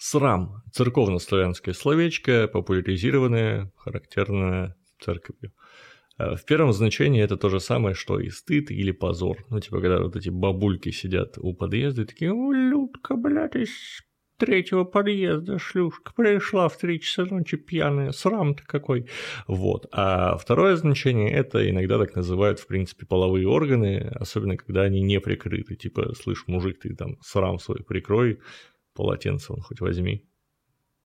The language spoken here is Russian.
Срам – церковно-славянское словечко, популяризированное, характерное церковью. В первом значении это то же самое, что и стыд или позор. Ну, типа, когда вот эти бабульки сидят у подъезда и такие: «О, Людка, блядь, из третьего подъезда шлюшка пришла в 3 часа ночи пьяная, срам-то какой». Вот. А второе значение – это иногда так называют, в принципе, половые органы, особенно когда они не прикрыты. Типа, слышь, мужик, ты там срам свой прикрой, полотенце он хоть возьми.